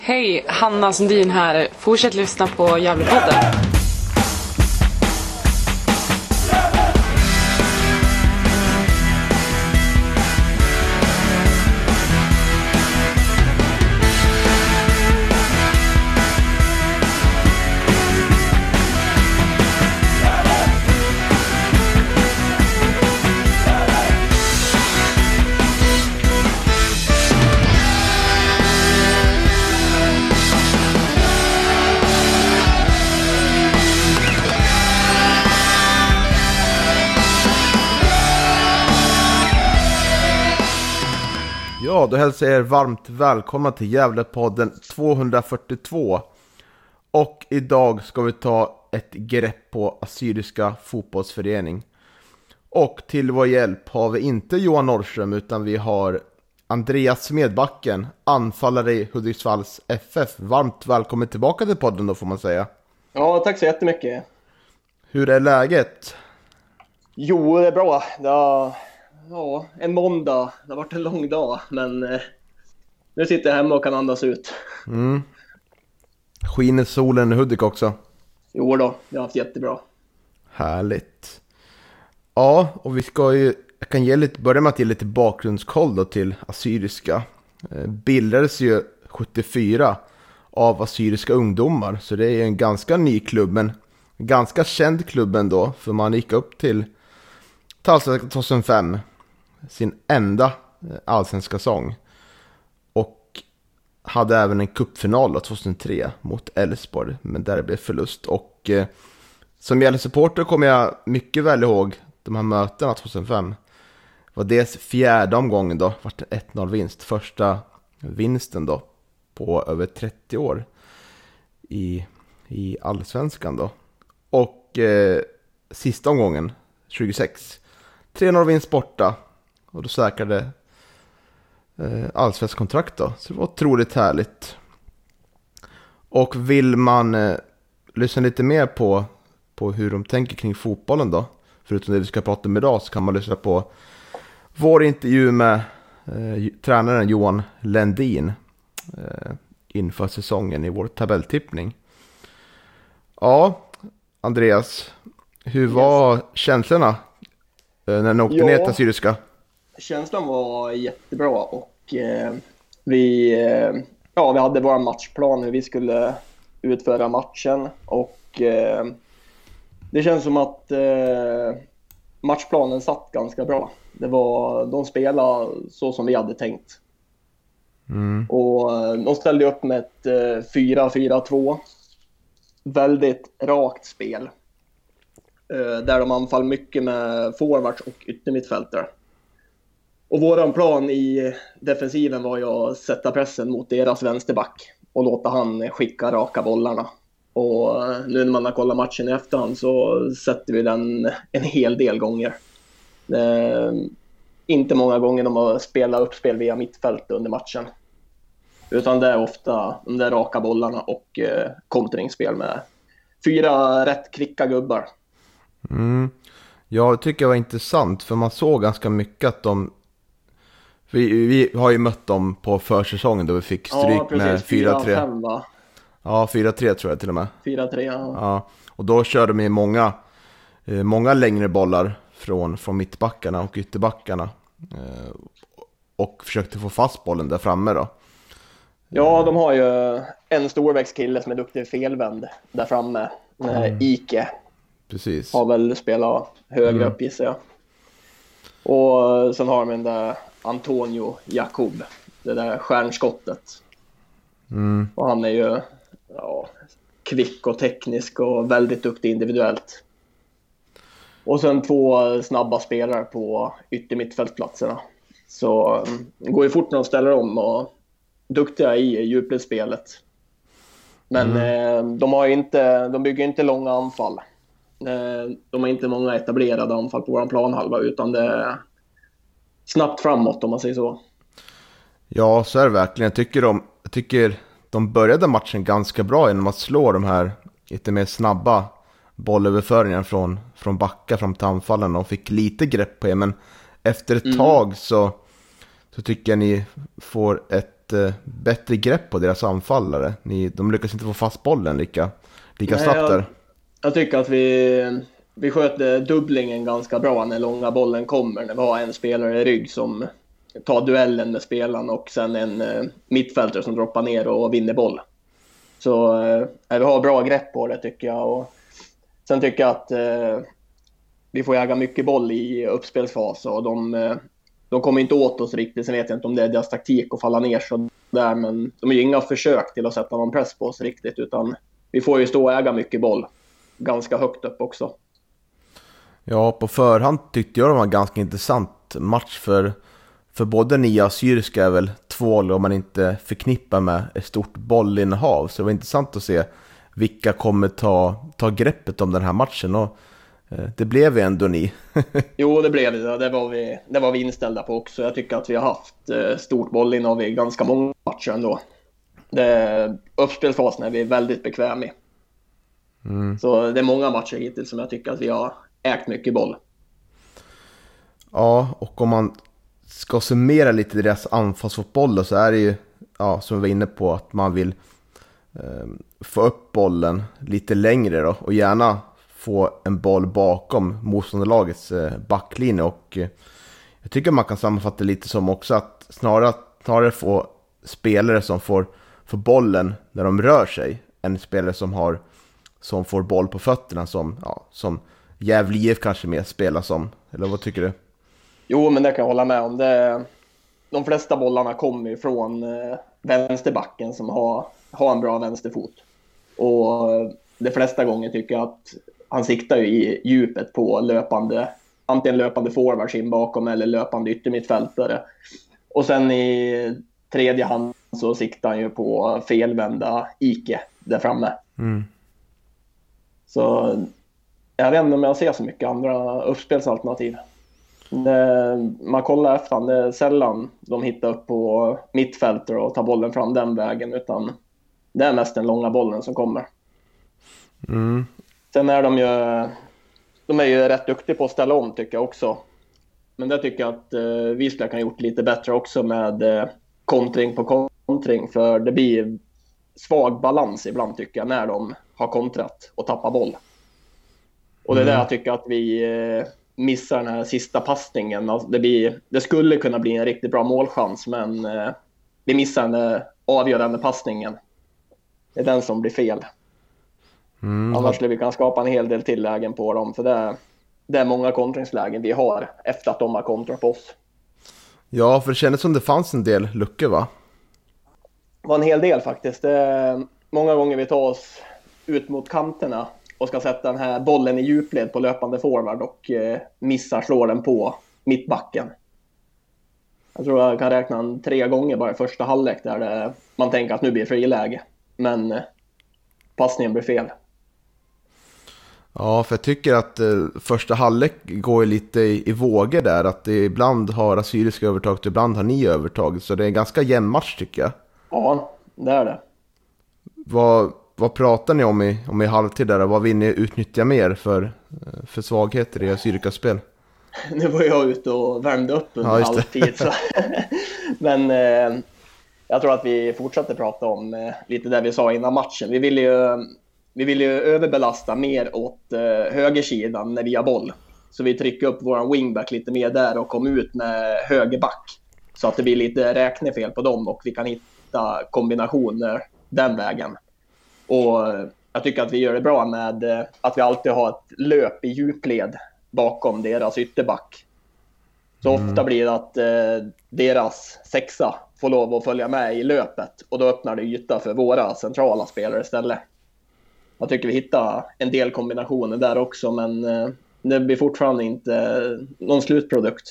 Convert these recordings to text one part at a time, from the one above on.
Hej, Hanna Sundin här. Fortsätt lyssna på Gävlepodden. Ja, då hälsar jag er varmt välkomna till Gävlepodden 242. Och idag ska vi ta ett grepp på Assyriska fotbollsförening. Och till vår hjälp har vi inte Johan Norrström utan vi har Andreas Smedbacken, anfallare i Hudiksvalls FF. Varmt välkommen tillbaka till podden då, får man säga. Ja, tack så jättemycket. Hur är läget? Jo, det är bra. Ja, en måndag. Det har varit en lång dag, men nu sitter jag hemma och kan andas ut. Skiner solen i Hudik också? Jo då, jag har haft jättebra. Härligt. Ja, och vi ska ju, jag kan börja med att ge lite bakgrundskoll då till Assyriska. Bildades ju 74 av assyriska ungdomar, så det är en ganska ny klubb, men ganska känd klubb ändå, för man gick upp till Allsvenskan 2005, sin enda allsvenska säsong, och hade även en cupfinal 2003 mot Elfsborg, men där det blev förlust. Och som Gävle-supporter kommer jag mycket väl ihåg de här mötena 2005. Det var dels fjärde omgången då, vart det 1-0 vinst, första vinsten då på över 30 år i allsvenskan då. Och sista omgången 26, 3-0 vinst borta, och då säkrade allsvensk kontrakt då. Så det var otroligt härligt. Och vill man lyssna lite mer på hur de tänker kring fotbollen då, förutom det vi ska prata om idag, så kan man lyssna på vår intervju med tränaren Johan Lendin inför säsongen i vår tabelltippning. Ja, Andreas, hur var känslorna när ni åkte ner till Assyriska? Känslan var jättebra, och vi hade vår matchplan hur vi skulle utföra matchen, och det känns som att matchplanen satt ganska bra. De spelade så som vi hade tänkt. Och de ställde upp med ett 4-4-2. Väldigt rakt spel. Där de anfall mycket med forwards och yttermittfältare. Och våran plan i defensiven var ju att sätta pressen mot deras vänsterback och låta han skicka raka bollarna. Och nu när man har kollat matchen i efterhand så sätter vi den en hel del gånger. Inte många gånger de har spelat uppspel via mittfält under matchen. Utan det är ofta de där raka bollarna och kontringsspel med 4 rätt kvicka gubbar. Jag tycker det var intressant, för man såg ganska mycket att vi har ju mött dem på försäsongen då vi fick stryk med 4-3. Va? Ja, 4-3 tror jag till och med. 4-3, ja. Och då körde de många längre bollar från mittbackarna och ytterbackarna, och försökte få fast bollen där framme då. Ja, de har ju en storväxtkille som är duktig felvänd där framme. Ike. Precis. Har väl spelat högre upp, gissar jag. Och sen har de den där Antonio Jakob, det där stjärnskottet. Och han är ju kvick och teknisk och väldigt duktig individuellt. Och sen 2 snabba spelare på yttermittfältplatserna. Så det går ju fort när de ställer om, och duktiga i djupledsspelet. Men de bygger inte långa anfall. De har inte många etablerade anfall på vår planhalva, utan det är snabbt framåt, om man säger så. Ja, så är det verkligen. Jag tycker de började matchen ganska bra genom att slå de här lite mer snabba bollöverföringar från backa fram till anfallen, och fick lite grepp på er. Men efter ett tag så tycker jag ni får ett bättre grepp på deras anfallare. De lyckas inte få fast bollen lika snabbt där. Jag tycker att vi sköter dubblingen ganska bra när långa bollen kommer. När vi har en spelare i rygg som tar duellen med spelaren och sen en mittfältare som droppar ner och vinner boll. Så vi har bra grepp på det tycker jag. Och sen tycker jag att vi får jaga mycket boll i uppspelsfas och de kommer inte åt oss riktigt. Sen vet jag inte om det är deras taktik att falla ner så där, men de är ju inga försök till att sätta någon press på oss riktigt, utan vi får ju stå och äga mycket boll ganska högt upp också. Ja, på förhand tyckte jag det var en ganska intressant match för både Nia och Syriska är väl två om man inte förknippar med ett stort bollinnehav, så det var intressant att se vilka kommer ta greppet om den här matchen, och det blev ju ändå ni. Jo, det blev det. Det var vi inställda på också. Jag tycker att vi har haft stort bollinnehav i ganska många matcher ändå. Uppspelsfasen är vi väldigt bekväma i. Så det är många matcher hittills som jag tycker att vi har ägt mycket boll. Ja, och om man ska summera lite deras anfallsfotboll så är det ju, som vi var inne på, att man vill få upp bollen lite längre då, och gärna få en boll bakom motståndarlagets backlinje. Och jag tycker man kan sammanfatta lite som också att snarare få spelare som får bollen när de rör sig, än spelare som får boll på fötterna, som Gävle IF kanske mer spelar som. Eller vad tycker du? Jo, men det kan jag hålla med om. De flesta bollarna kommer ju från vänsterbacken som har en bra vänsterfot. Och de flesta gånger tycker jag att han siktar ju i djupet på antingen löpande forwards in bakom eller löpande yttermittfältare. Och sen i tredje hand så siktar han ju på felvända Ike där framme. Så jag vet inte om jag ser så mycket andra uppspelsalternativ. Man kollar efter, det är sällan de hittar upp på mittfältare och tar bollen fram den vägen, utan det är mest den långa bollen som kommer. Sen är de är ju rätt duktiga på att ställa om tycker jag också. Men det tycker jag att vi skulle kan gjort lite bättre också med kontring på kontring, för det blir svag balans ibland tycker jag när de har kontrat och tappar boll. Och det är där jag tycker att vi missar den här sista passningen. Alltså det skulle kunna bli en riktigt bra målchans, men vi missar den avgörande passningen. Det är den som blir fel. Annars skulle vi kunna skapa en hel del tillägen på dem, för det är många kontringslägen vi har efter att de har kontrat på oss. Ja, för det kändes som det fanns en del luckor, va? Det var en hel del faktiskt. Många gånger vi tar oss ut mot kanterna och ska sätta den här bollen i djupled på löpande forward och slår den på mittbacken. Jag tror jag kan räkna 3 gånger bara i första halvlek där man tänker att nu blir det friläge, men passningen blir fel. Ja, för jag tycker att första halvlek går lite i vågor där, att det ibland har Assyriska övertag och ibland har ni övertag, så det är en ganska jämn match tycker jag. Ja, det är det. Vad pratar ni om i halvtid där? Vad vill ni utnyttja mer för svagheter i Assyrikas spel? Nu var jag ute och värmde upp under halvtid. Så. Men jag tror att vi fortsätter prata om lite det vi sa innan matchen. Vi vill ju överbelasta mer åt högersidan när vi har boll. Så vi trycker upp våran wingback lite mer där och kommer ut med högerback. Så att det blir lite räknefel på dem och vi kan hitta kombinationer den vägen. Och jag tycker att vi gör det bra med att vi alltid har ett löp i djupled bakom deras ytterback. Så ofta blir det att deras sexa får lov att följa med i löpet och då öppnar det yta för våra centrala spelare istället. Jag tycker vi hittar en del kombinationer där också, men det blir fortfarande inte någon slutprodukt.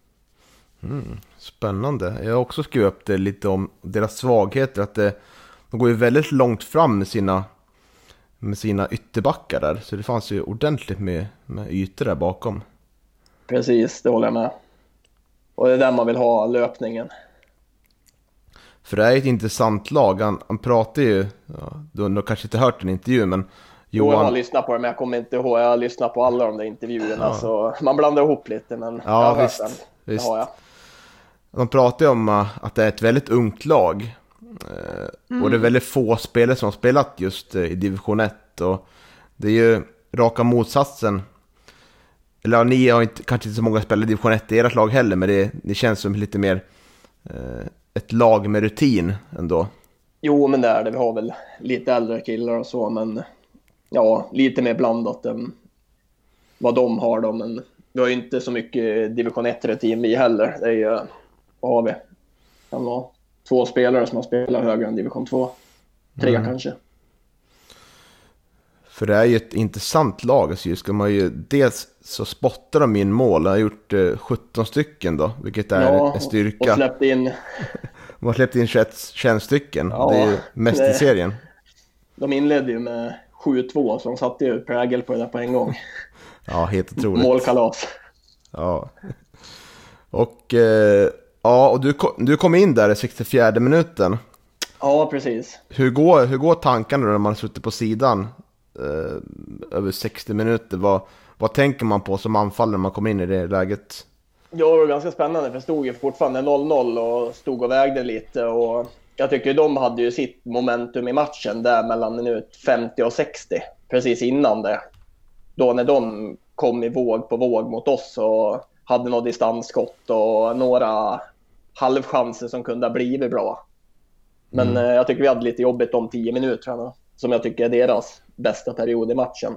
Spännande. Jag har också skrivit upp det lite om deras svagheter, att de går ju väldigt långt fram med sina ytterbackar där, så det fanns ju ordentligt med ytor där bakom. Precis, det håller jag med. Och det är där man vill ha löpningen. För det är ett intressant lag. Han pratar ju, du har kanske inte hört en intervju, men Johan... Jag har lyssnat på det, men jag kommer inte ihåg. Jag har lyssnat på alla de där intervjuerna, så man blandar ihop lite, men jag har hört den. Det har jag. de pratar ju om att det är ett väldigt ungt lag. Och det är väldigt få spelare som har spelat just i division 1. Och det är ju raka motsatsen. Eller ni har kanske inte så många spelare i division 1 i ert lag heller, men det känns som lite mer ett lag med rutin ändå. Jo, men det är det. Vi har väl lite äldre killar och så, men ja, lite mer blandat än vad de har då. Men vi har ju inte så mycket division 1-rutin vi heller. Det är ju, vad har vi? Kan vara 2 spelare som har spelat högre än division 2. 3 kanske. För det är ju ett intressant lag. Så ska man ju, dels så spottar de in mål. De har gjort 17 stycken då, vilket är en styrka. Och släppt in... De har släppt in 21 stycken. Ja, det är ju mest i serien. De inledde ju med 7-2, så de satte ju prägel på det där på en gång. Ja, helt otroligt. Målkalas. Ja. Och du kom in där i 64:e minuten. Ja, precis. Hur går tankarna när man har suttit på sidan över 60 minuter? Vad tänker man på som anfallare när man kommer in i det läget? Ja, det var ganska spännande, för det stod ju fortfarande 0-0 och stod och vägde lite. Och jag tycker de hade ju sitt momentum i matchen där mellan minut 50 och 60, precis innan det. Då när de kom i våg på våg mot oss och hade något distansskott och några halvchanser som kunde ha blivit bra. Men jag tycker vi hade lite jobbigt de 10 minuterna, som jag tycker är deras bästa period i matchen.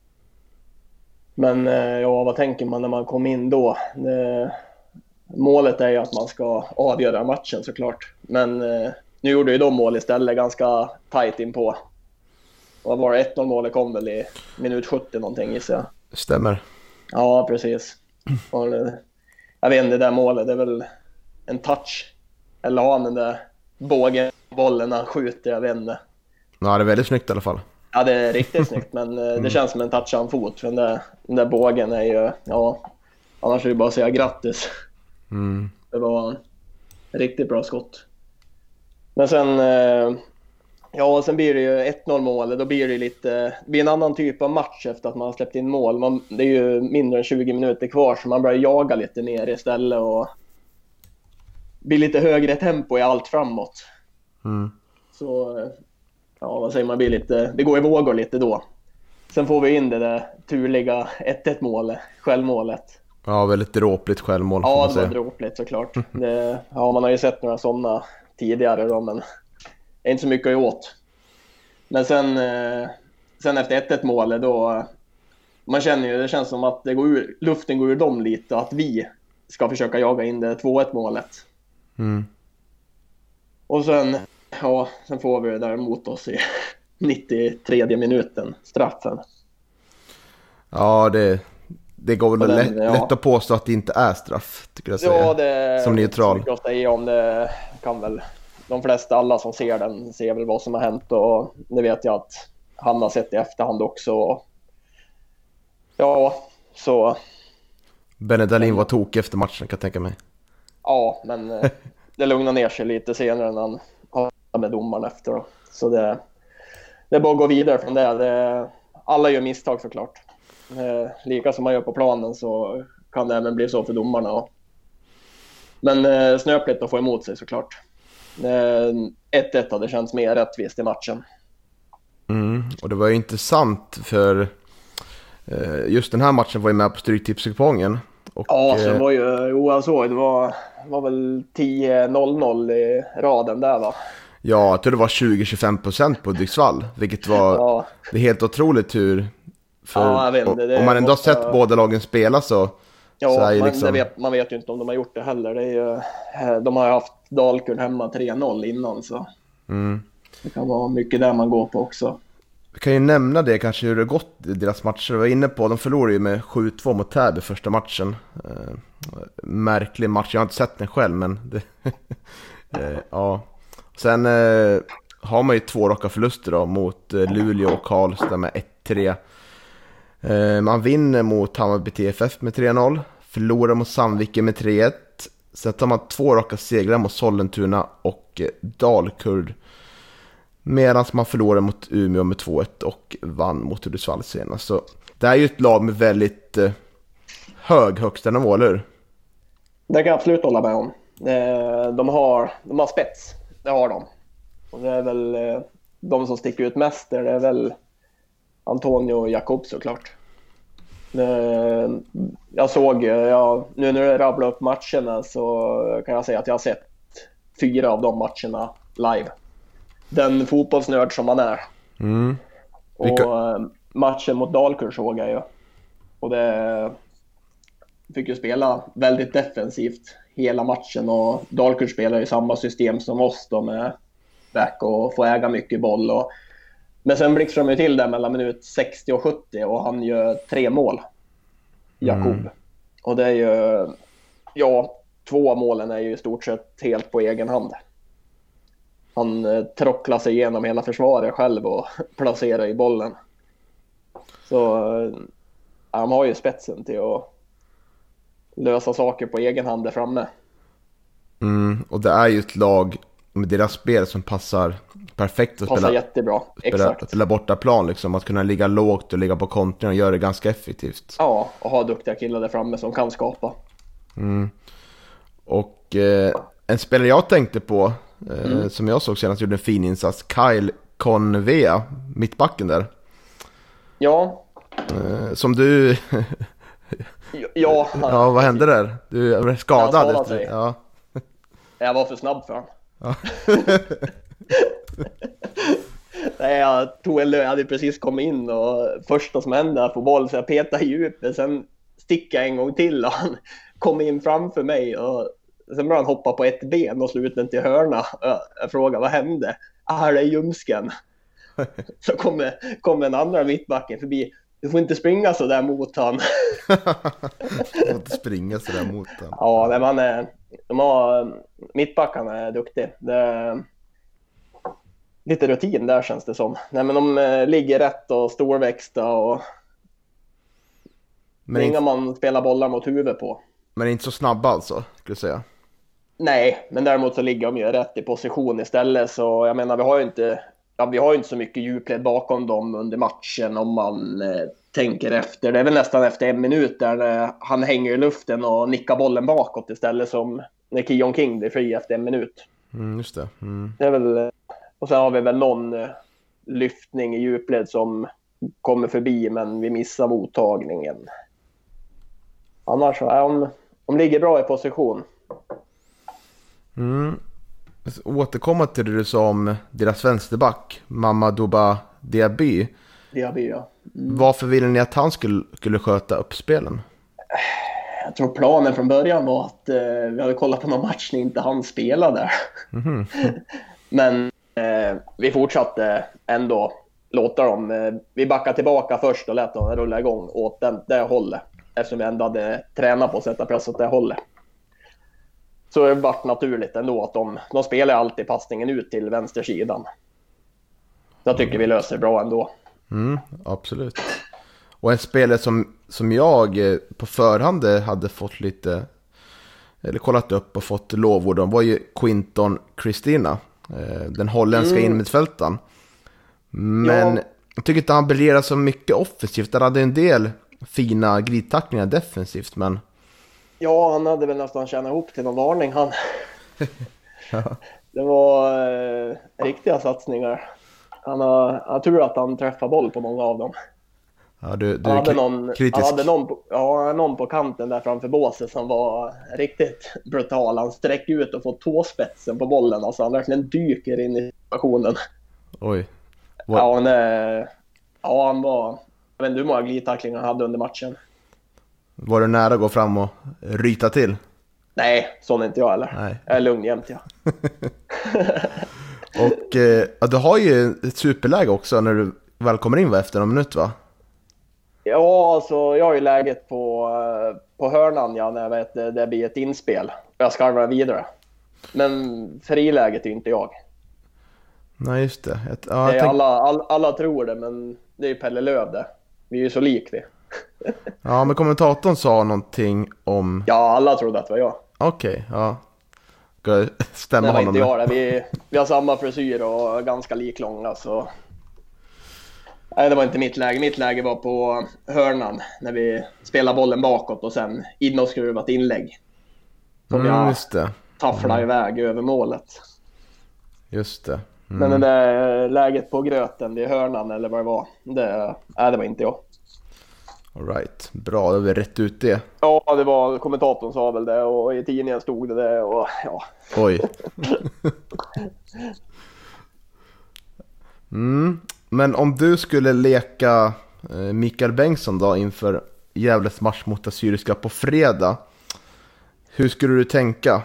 Men ja, vad tänker man när man kom in då? Målet är ju att man ska avgöra matchen såklart. Men nu gjorde ju de mål istället ganska tajt inpå. Vad var det? 1-0 målet kom väl i minut 70 någonting, gissar jag. Stämmer. Ja, precis. Och jag vet inte, det där målet, det är väl en touch. Eller har han den där bågen, bollen han skjuter, jag vet inte. Ja, det är väldigt snyggt i alla fall. Ja, det är riktigt snyggt, men det känns som en touchad fot. För den där bågen är ju, ja, annars är det bara att säga grattis. Det var en riktigt bra skott. Men sen, ja, sen blir det ju 1-0 mål. Då blir det blir en annan typ av match efter att man har släppt in mål. Det är ju mindre än 20 minuter kvar, så man börjar jaga lite mer istället och blir lite högre tempo i allt framåt. Så, ja, vad säger man, det går i vågor lite då. Sen får vi in det där turliga 1-1 målet, självmålet. Ja, väldigt dråpligt självmål. Ja, det var dråpligt såklart. Ja, man har ju sett några sådana tidigare då, men det är inte så mycket att göra åt. Men sen efter 1-1 målet då, man känner ju, det känns som att luften går ur dem lite, att vi ska försöka jaga in det 2-1 målet. Och sen får vi det där mot oss i 93:e minuten, straffen. Ja, det går väl lätt att påstå att det inte är straff, tycker jag säga. Ja, det som neutral. Jag säga om det kan väl de flesta, alla som ser den, ser väl vad som har hänt, och det vet jag att han har sett i efterhand också. Ja, så Benedalin var tokig efter matchen, kan jag tänka mig. Ja, men det lugnar ner sig lite senare när han har med domaren efter då. Så det är bara att gå vidare från det. Alla gör misstag såklart. Lika som man gör på planen så kan det även bli så för domarna. Men snöpligt att få emot sig såklart. 1-1 hade känts mer rättvist i matchen. Och det var ju intressant, för just den här matchen var ju med på Stryktipskupongen. Ja, så var ju, jag såg, det var väl 10-0-0 i raden där, va? Ja, jag tror det var 20-25% på Hudiksvall, vilket var det är helt otroligt hur... Ja, jag vet inte, om man ändå har sett båda lagen spela så... Ja, så är liksom... man vet ju inte om de har gjort det heller. Det är ju, de har ju haft Dalkurd hemma 3-0 innan, så det kan vara mycket där man går på också. Vi kan ju nämna det kanske, hur det gått i deras matcher. Vi var inne på, de förlorade ju med 7-2 mot Täby första matchen. Märklig match, jag har inte sett den själv, men det, ja. Sen har man ju 2 raka förluster då, mot Luleå och Karlstad med 1-3. Man vinner mot Hammarby TFF med 3-0, förlorar mot Sandviken med 3-1. Sen tar man 2 raka segrar mot Sollentuna och Dalkurd, medan man förlorade mot Umeå med 2-1 och vann mot Hudiksvall senast. Så det är ju ett lag med väldigt hög högsta nivå, eller hur? Det kan jag absolut hålla med om. De har spets, det har de. Och det är väl de som sticker ut mest där, det är väl Antonio Jakob såklart. Jag såg, nu när jag rabblar upp matcherna så kan jag säga att jag har sett 4 av de matcherna live. Den fotbollsnörd som man är. Och matchen mot Dalkurd såg jag ju. Och det fick ju spela väldigt defensivt hela matchen. Och Dalkurd spelar ju samma system som oss då, med back och får äga mycket boll. Men sen blixtrar de ju till där mellan minut 60 och 70 och han gör 3 mål. Jakob. Och det är ju, 2 av målen är ju i stort sett helt på egen hand. Han trocklar sig igenom hela försvaret själv och placerar i bollen. Så han har ju spetsen till att lösa saker på egen hand där framme. Och det är ju ett lag med deras spel som passar perfekt att passar jättebra. Spela bortaplan liksom, att kunna ligga lågt och ligga på kontring och göra det ganska effektivt. Ja, och ha duktiga killar där framme som kan skapa. Och en spelare jag tänkte på som jag såg senast gjorde en fin insats, Kyle Convea, mittbacken där. Ja. Som du ja, vad hände där? Du är skadad efter. Ja. Jag var för snabb för honom. Ja. Nej, jag hade precis kommit in och första som hände på boll så jag petade i djupet, sen stickade jag en gång till och han kom in framför mig och sen började han hoppa på ett ben och slutade till hörna. Jag frågade, vad hände? Det är ljumsken. Så kom en andra mittbacken förbi. Du får inte springa så där mot han. Du får inte springa så där mot han. Ja, mittbackarna är duktiga. Det är lite rutin där känns det som. Nej, men de ligger rätt och storväxta och inga man spelar bollar mot huvudet på. Men inte så snabba alltså, skulle jag säga. Nej, men däremot så ligger de ju rätt i position istället. Så jag menar, vi har ju inte så mycket djupled bakom dem under matchen om man tänker efter. Det är väl nästan efter 1 minut där han hänger i luften och nickar bollen bakåt istället, som när Keon King blir fri efter 1 minut. Just det. Det är väl, och sen har vi väl någon lyftning i djupled som kommer förbi, men vi missar mottagningen. Annars så de ligger bra i position. Återkomma till det du sa om deras vänsterback Mamadouba Diaby. Diaby, ja. Varför ville ni att han skulle sköta upp spelen? Jag tror planen från början var att vi hade kollat på någon match när inte han spelade. Men vi fortsatte ändå låta dem. Vi backade tillbaka först och lät dem rulla igång åt det hållet. Eftersom vi ändå hade tränat på att sätta press åt det hållet. Så det var naturligt ändå att de spelar alltid passningen ut till vänstersidan. Jag tycker vi löser bra ändå. Absolut. Och en spelare som jag på förhand hade fått lite, eller kollat upp och fått lovord om, var ju Quinton Christina, den holländska innermittfältaren. Men jag tycker inte han briljerar så mycket offensivt. Han hade en del fina glidtacklingar defensivt, men ja, han hade väl nästan tjänat ihop till någon varning han. Det var riktiga satsningar. Jag tror att han träffar boll på många av dem. Ja, du han hade kritisk. Han hade någon på kanten där framför båset som var riktigt brutal. Han sträckte ut och får tåspetsen på bollen. Alltså han verkligen dyker in i situationen. Oj. Han var... Jag vet inte hur många glidtacklingar han hade under matchen. Var du nära att gå fram och ryta till? Nej, sån är inte jag heller. Nej. Jag är lugn jämt, ja. Och du har ju ett superläge också när du väl kommer in efter någon minut, va? Ja, alltså jag har ju läget på hörnan, när det blir ett inspel. Jag ska vara vidare. Men friläget är inte jag. Nej, just det. Alla tror det, men det är ju Pelle Löv det. Vi är ju så lik vi. Ja, men kommentatorn sa någonting om... Ja, alla trodde att det var jag. Okej, ja. Ska stämma honom. Det var inte jag det. Vi har samma frisyr och ganska liklånga, så... Nej, det var inte mitt läge. Mitt läge var på hörnan när vi spelar bollen bakåt och sen in och skruvat inlägg. Som jag just det. taffla iväg över målet. Just det. Men det där läget på gröten, det är hörnan eller vad det var, det var inte jag. All right. Bra, då har vi rätt ut det. Ja, det var kommentatorn sa väl det och i tidningen stod det och ja. Oj. Men om du skulle leka Mikael Bengtsson då inför Gävles match mot Assyriska på fredag, hur skulle du tänka?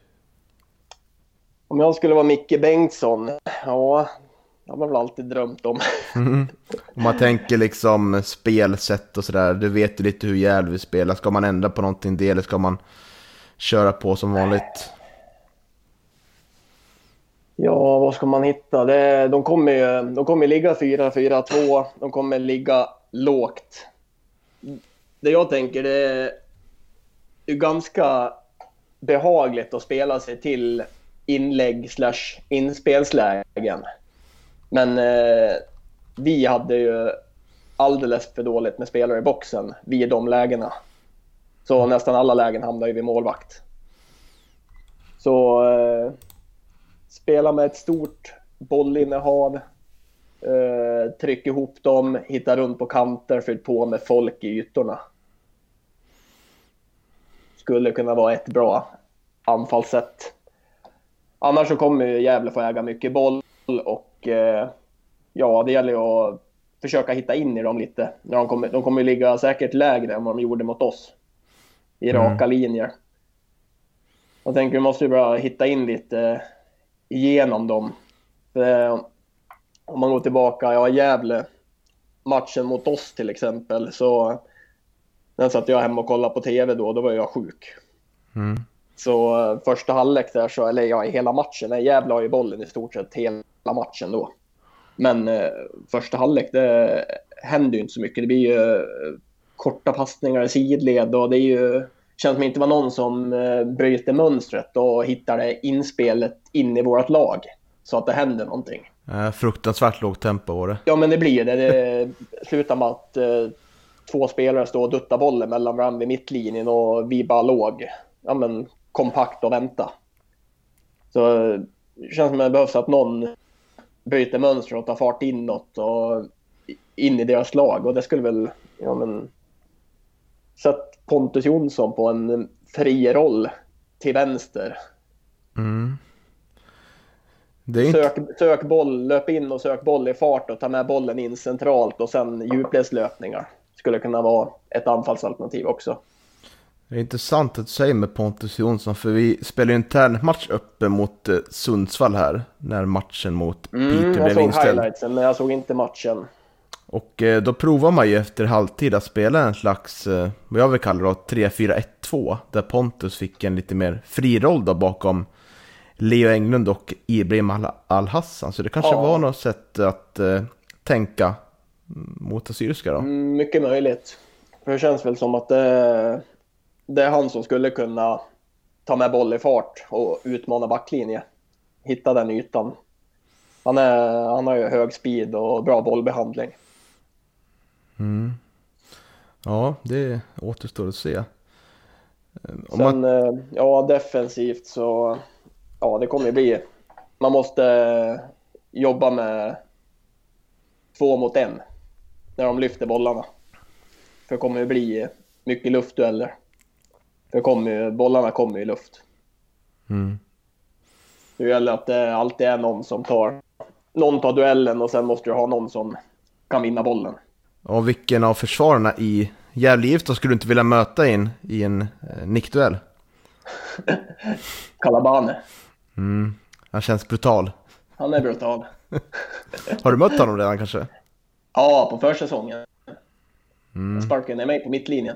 Om jag skulle vara Micke Bengtsson, ja, det har man väl alltid drömt om. Om man tänker liksom spelsätt och sådär, du vet ju lite hur Gävle spelar. Ska man ändra på någonting det, eller ska man köra på som vanligt? Ja, vad ska man hitta? De kommer ligga 4-4-2. De kommer ligga lågt. Det jag tänker, det är ganska behagligt att spela sig till inlägg / inspelslägen. Men vi hade ju alldeles för dåligt med spelare i boxen vid de lägena. Så nästan alla lägen hamnade ju vid målvakt. Så spela med ett stort bollinnehav, tryck ihop dem, hitta runt på kanter, fyll på med folk i ytorna. Skulle kunna vara ett bra anfallssätt. Annars så kommer ju Gävle få äga mycket boll och ja, det gäller ju att försöka hitta in i dem lite. De kommer ligga säkert lägre än vad de gjorde mot oss i raka linjer. Jag tänker vi måste ju bara hitta in lite igenom dem. För om man går tillbaka, Gävle matchen mot oss till exempel, så den satt jag hemma och kollade på tv då var jag sjuk. Så första halvlek där i hela matchen, Gävle har ju bollen i stort sett hela matchen då. Men första halvlek, det händer ju inte så mycket. Det blir ju korta passningar i sidled och det är ju, känns som inte var någon som bryter mönstret och hittar det inspelet in i vårt lag så att det händer någonting. Fruktansvärt lågt tempo var det. Ja, men det blir det. Det slutar med att två spelare står och duttar bollen mellan varandra vid mittlinjen och vi bara låg kompakt och vänta. Så det känns som att det behövs att någon byter mönster och tar fart inåt och in i deras lag. Och det skulle väl, sätt Pontus Jonsson på en fri roll till vänster. Det är Sök boll, löp in och sök boll i fart och ta med bollen in centralt och sen djupledslöpningar. Skulle kunna vara ett anfallsalternativ också. Det är intressant att du säger med Pontus Jonsson, för vi spelade ju en internmatch uppe mot Sundsvall här när matchen mot Peter blev inställd. Jag såg highlightsen, men jag såg inte matchen. Och då provar man ju efter halvtid att spela en slags, vad jag vill kalla det, 3-4-1-2, där Pontus fick en lite mer fri roll då bakom Leo Englund och Ibrahim Al-Hassan. Så det kanske var något sätt att tänka mot Assyriska då. Mycket möjligt. För det känns väl som att det är han som skulle kunna ta med boll i fart och utmana backlinje. Hitta den ytan. Han har ju hög speed och bra bollbehandling. Ja, det återstår att se. Sen, defensivt så det kommer ju bli, man måste jobba med 2 mot 1 när de lyfter bollarna. För det kommer ju bli mycket luftdueller. För bollarna kommer i luft. Det gäller att det alltid är någon som tar duellen och sen måste du ha någon som kan vinna bollen. Och vilken av försvararna i Gävle IF då skulle du inte vilja möta in i en nickduell? Kalabane. Han känns brutal. Han är brutal. Har du mött honom redan kanske? Ja, på försäsongen. Sparken ner mig på mittlinjen.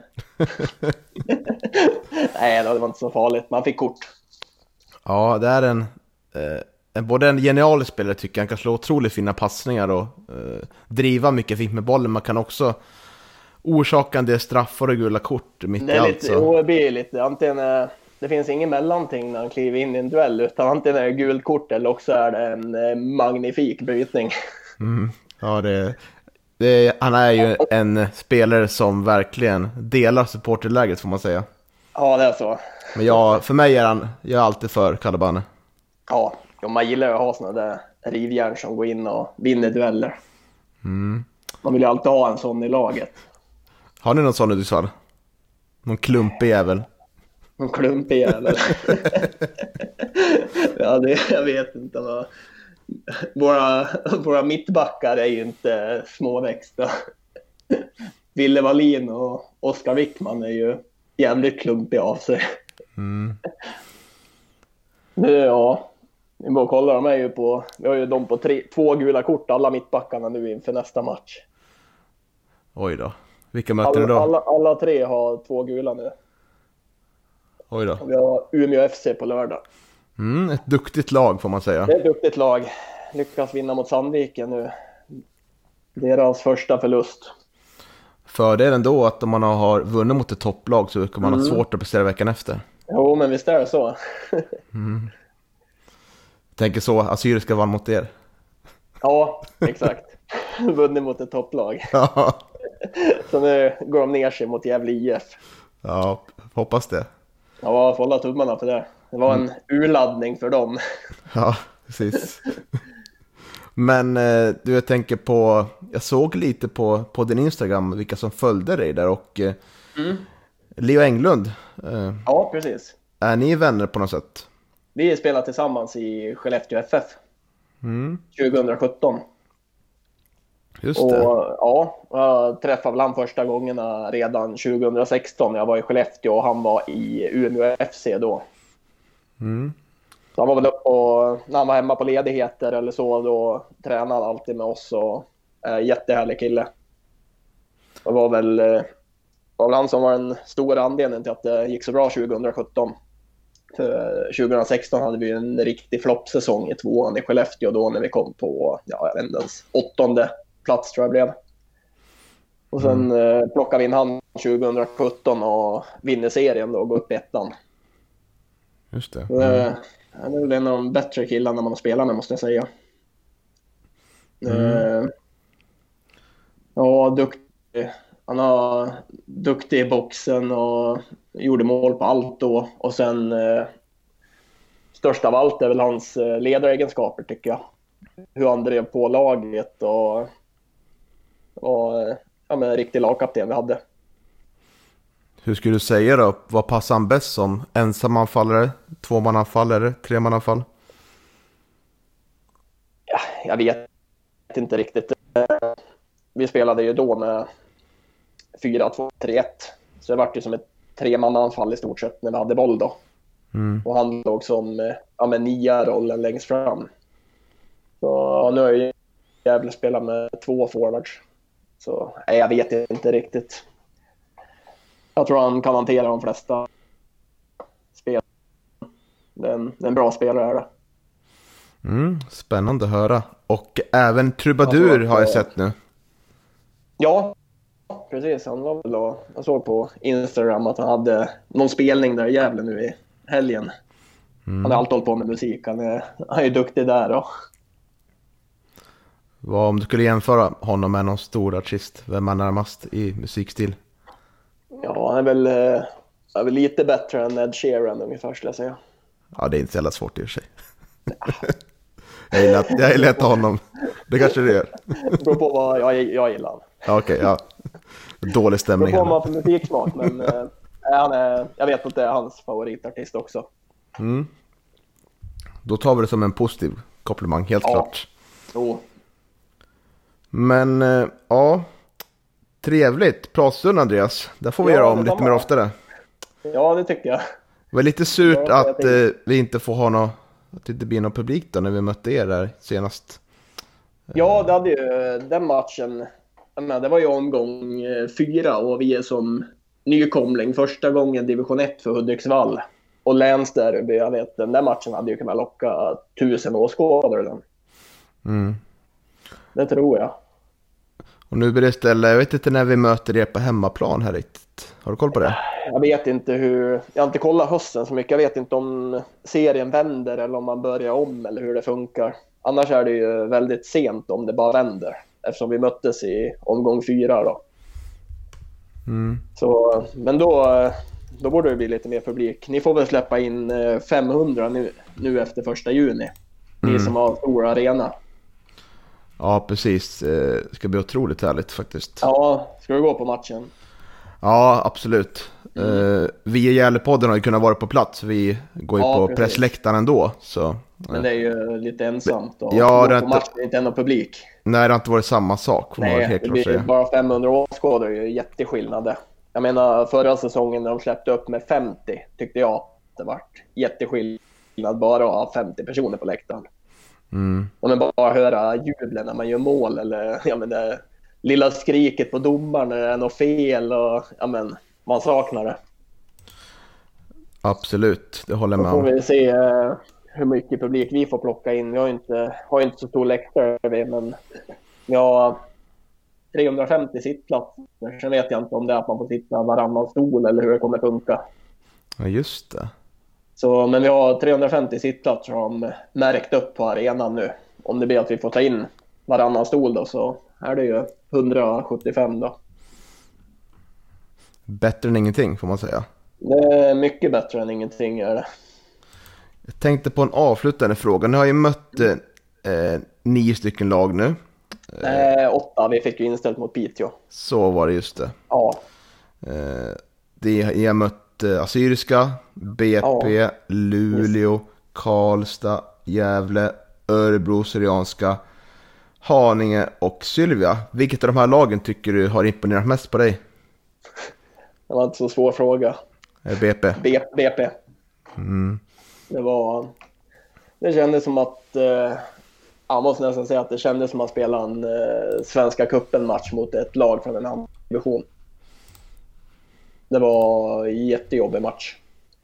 Nej, det var inte så farligt. Man fick kort. Ja, det är både en genial spelare tycker jag. Han kan slå otroligt fina passningar och driva mycket fint med bollen. Man kan också orsaka en del straffar och gula kort mitt i allt. Det blir lite antingen det finns ingen mellanting när han kliver in i en duell, utan antingen är det gult kort eller också är det en magnifik brytning. Ja, han är ju en spelare som verkligen delar supporterläget får man säga. Ja, det är så. Men för mig är jag är alltid för Calabane. Ja, man gillar ju att ha såna där rivjärn som går in och vinner dueller. Man vill ju alltid ha en sån i laget. Har ni någon sån i Hudiksvall? Någon klumpig jävel? En klumpig jävel. Ja, jag vet inte vad. Våra mittbackar är ju inte småväxta. Ville Wallin och Oskar Wickman är ju jävligt klumpig av sig. Nu, ja, vi bara kolla, vi har ju dem på 2 gula kort, alla mittbackarna nu inför nästa match. Oj då. Vilka möter ni då? Alla 3 har 2 gula nu. Oj då. Och vi har Umeå FC på lördag. Ett duktigt lag får man säga. Det är ett duktigt lag. Lyckas vinna mot Sandviken nu. Deras första förlust. Fördelen då att om man har vunnit mot ett topplag så kan man ha svårt att prestera veckan efter. Jo, men visst är det så. Tänker så, Assyriska vann mot er. Ja, exakt. Vunnit mot ett topplag. Ja. Så nu går de ner sig mot Gävle IF. Ja, hoppas det. Ja, får hålla tummarna för det. Det var en urladdning för dem. Ja, precis. Men jag tänker på, jag såg lite på din Instagram vilka som följde dig där och Leo Englund. Ja, precis. Är ni vänner på något sätt? Vi spelade tillsammans i Skellefteå FF 2017. Just det. Och ja, jag träffade väl han första gångerna redan 2016. Jag var i Skellefteå och han var i Umeå FC då. Så han var väl upp och när han var hemma på ledigheter eller så, då tränade han alltid med oss och jättehärlig kille. Det var väl han som var den stora anledningen till att det gick så bra 2017. För 2016 hade vi en riktig floppsäsong i 2:an i Skellefteå då när vi kom på, jag vet inte ens, 8:e plats tror jag blev. Och sen plockade vi in han 2017 och vinner serien då och går upp 1:an. Just det. Han är väl en av de bättre killarna man har spelat med, måste jag säga. Ja, duktig. Han var duktig i boxen och gjorde mål på allt då. Och sen störst av allt är väl hans ledaregenskaper, tycker jag. Hur han drev på laget och ja, men riktig lagkapten vi hade. Hur skulle du säga då? Vad passar han bäst som? Ensamanfallare, tvåmananfallare, tremananfall? Ja, jag vet inte riktigt. Vi spelade ju då med 4-2-3-1. Så det var ju som ett tremananfall i stort sett när vi hade boll då. Och han låg som nia-rollen längst fram. Så nu har jag ju jävla spelat med 2 forwards. Så jag vet inte riktigt. Jag tror han kan hantera de flesta spel. Det är en bra spelare är det. Spännande att höra. Och även Trubadur har jag sett nu. Ja, precis. Han var väl och jag såg på Instagram att han hade någon spelning där i Gävle nu i helgen. Han har alltid hållit på med musik. Han är ju duktig där då. Vad om du skulle jämföra honom med någon stor artist? Vem är närmast i musikstil? Ja, han är väl lite bättre än Ed Sheeran ungefär, skulle jag säga. Ja, det är inte så jävla svårt i och för sig. jag gillar inte honom. Det kanske det gör. Det beror på vad jag gillar han. Ja, okej, ja. Dålig stämning. Det beror på vad man får musiksmak, men jag vet att det är hans favoritartist också. Då tar vi det som en positiv komplimang, helt klart. Jo. Men, ja... Trevligt. Pratstund, Andreas. Där får vi göra om lite mer oftare. Ja, det tycker jag. Det var lite surt att vi inte får ha att det inte blir någon publik då när vi mötte er där senast. Ja, det hade ju den matchen. Det var ju omgång 4 och vi är som nykomling. Första gången division 1 för Hudiksvall. Och länsderby, jag vet, den där matchen hade ju kunnat locka 1000 åskådare den. Det tror jag. Och nu blir det istället, jag vet inte när vi möter er på hemmaplan här riktigt. Har du koll på det? Jag vet inte jag har inte kollat hösten så mycket. Jag vet inte om serien vänder eller om man börjar om eller hur det funkar. Annars är det ju väldigt sent om det bara vänder. Eftersom vi möttes i omgång 4 då. Så, men då då borde det bli lite mer publik. Ni får väl släppa in 500 nu efter 1 juni. Ni som har stor arena. Ja, precis. Det ska bli otroligt härligt faktiskt. Ja, ska du gå på matchen? Ja, absolut. Vi i Gävlepodden har ju kunnat vara på plats. Vi går ju på pressläktaren ändå. Så. Men det är ju lite ensamt. Och ja, gå på matchen är inte ändå publik. Nej, det har inte varit samma sak. Nej, det blir bara 500 åskådare är ju jätteskillnad. Jag menar, förra säsongen när de släppte upp med 50 tyckte jag att det var jätteskillnad bara att ha 50 personer på läktaren. Men bara höra jublen när man gör mål eller det lilla skriket på domaren när det är något fel och man saknar det. Absolut, det håller jag med om. Då får vi se hur mycket publik vi får plocka in. Vi har inte så stor läktare, men vi har 350 sittplatser. Sen vet jag inte om det är att man får sitta varannan stol eller hur det kommer funka. Ja, just det. Så, men vi har 350 sittplatser som märkt upp på arenan nu. Om det blir att vi får ta in varannan stol då, så är det ju 175 då. Bättre än ingenting får man säga. Det är mycket bättre än ingenting är det. Jag tänkte på en avslutande fråga. Ni har ju mött 9 stycken lag nu. 8, vi fick ju inställt mot Piteå. Så var det, just det. Ja. Jag har mött Assyriska, BP, Luleå, Karlstad, Gävle, Örebro, Syrianska, Haninge och Sylvia. Vilket av de här lagen tycker du har imponerat mest på dig? Det var inte så svår fråga. BP. BP. Det kändes som att jag måste nästan säga att det kändes som att spela en Svenska cupen-match mot ett lag från en annan division. Det var en jättejobbig match.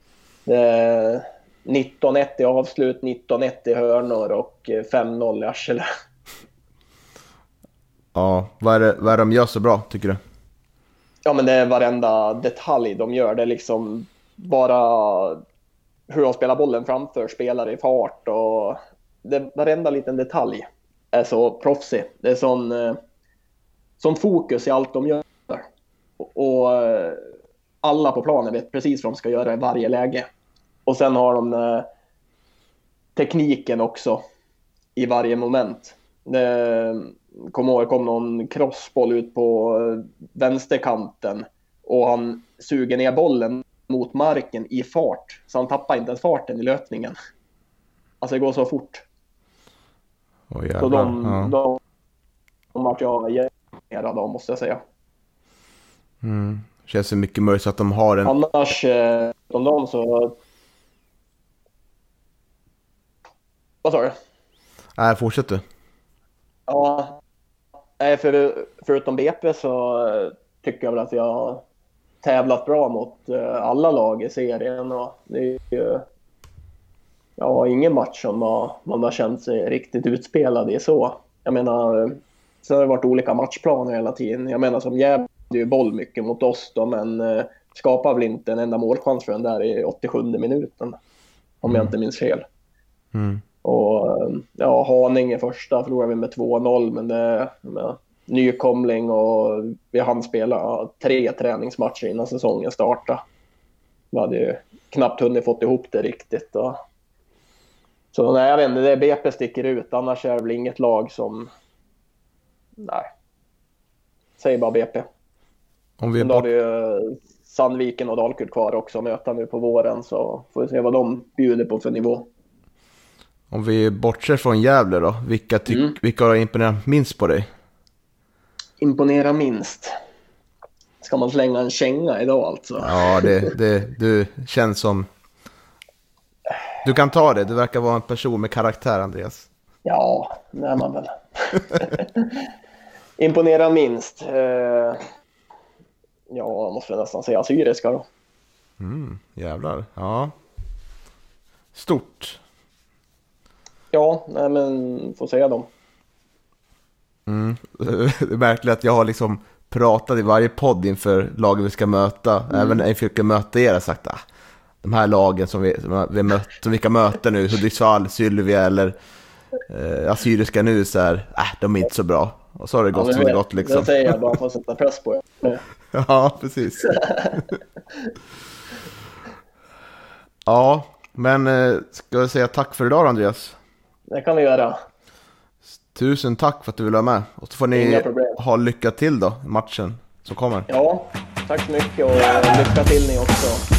19-1 i avslut, 19-1 i hörnor och 5-0 i arsle. Ja, vad är de gör så bra, tycker du? Ja, men det är varenda detalj de gör. Det är liksom bara hur de spelar bollen framför, spelar i fart och varenda liten detalj är så proffsig. Det är sån fokus i allt de gör. Och alla på planen vet precis vad de ska göra i varje läge. Och sen har de tekniken också i varje moment. Kom någon crossboll ut på vänsterkanten och han suger ner bollen mot marken i fart. Så han tappar inte ens farten i löpningen. Alltså det går så fort. Så de vart jag generad av, måste jag säga. Känns det mycket möjligt att de har en... Annars, om de så... Vad sa du? Nej, fortsätt du. Ja, förutom BP så tycker jag väl att jag har tävlat bra mot alla lag i serien. Och det är ju... ingen match som man har känt sig riktigt utspelad i så. Jag menar, så har det varit olika matchplaner hela tiden. Jag menar, som Gävle ju boll mycket mot oss då, men skapar väl inte en enda målchans för den där i 87:e minuten. Om jag inte minns fel. Och Haninge första förlorade vi med 2-0, men det nykomling och vi hann spela 3 träningsmatcher innan säsongen startade. Vi hade ju knappt hunnit fått ihop det riktigt. Så nej, jag vet inte, det är BP sticker ut. Annars är det väl inget lag som... Nej. Säg bara BP. Då har vi ju Sandviken och Dalkurd kvar också att möta nu på våren. Så får vi se vad de bjuder på för nivå. Om vi bortser från Gävle då. Vilka har imponerat minst på dig? Imponera minst? Ska man slänga en känga idag alltså? Ja, du känns som... Du kan ta det. Du verkar vara en person med karaktär, Andreas. Ja, det är man väl. Imponera minst. Jag måste nästan säga Assyriska då. Jävlar. Ja. Stort. Ja, nej men får säga dem. Det är märkligt att jag har liksom pratat i varje podd inför lagen vi ska möta. Även när jag fick möta er har sagt de här lagen som vi kan möta nu, Hudiksvall, Sylvia eller Assyriska nu, så här, de är inte så bra. Och så har det gått som det gått liksom. Det säger jag bara för att sätta press på er. Ja, precis. Ja, men ska jag säga tack för idag då, Andreas? Det kan vi göra. Tusen tack för att du ville vara med. Och så får ni ha lycka till då i matchen som kommer. Ja, tack så mycket och lycka till ni också.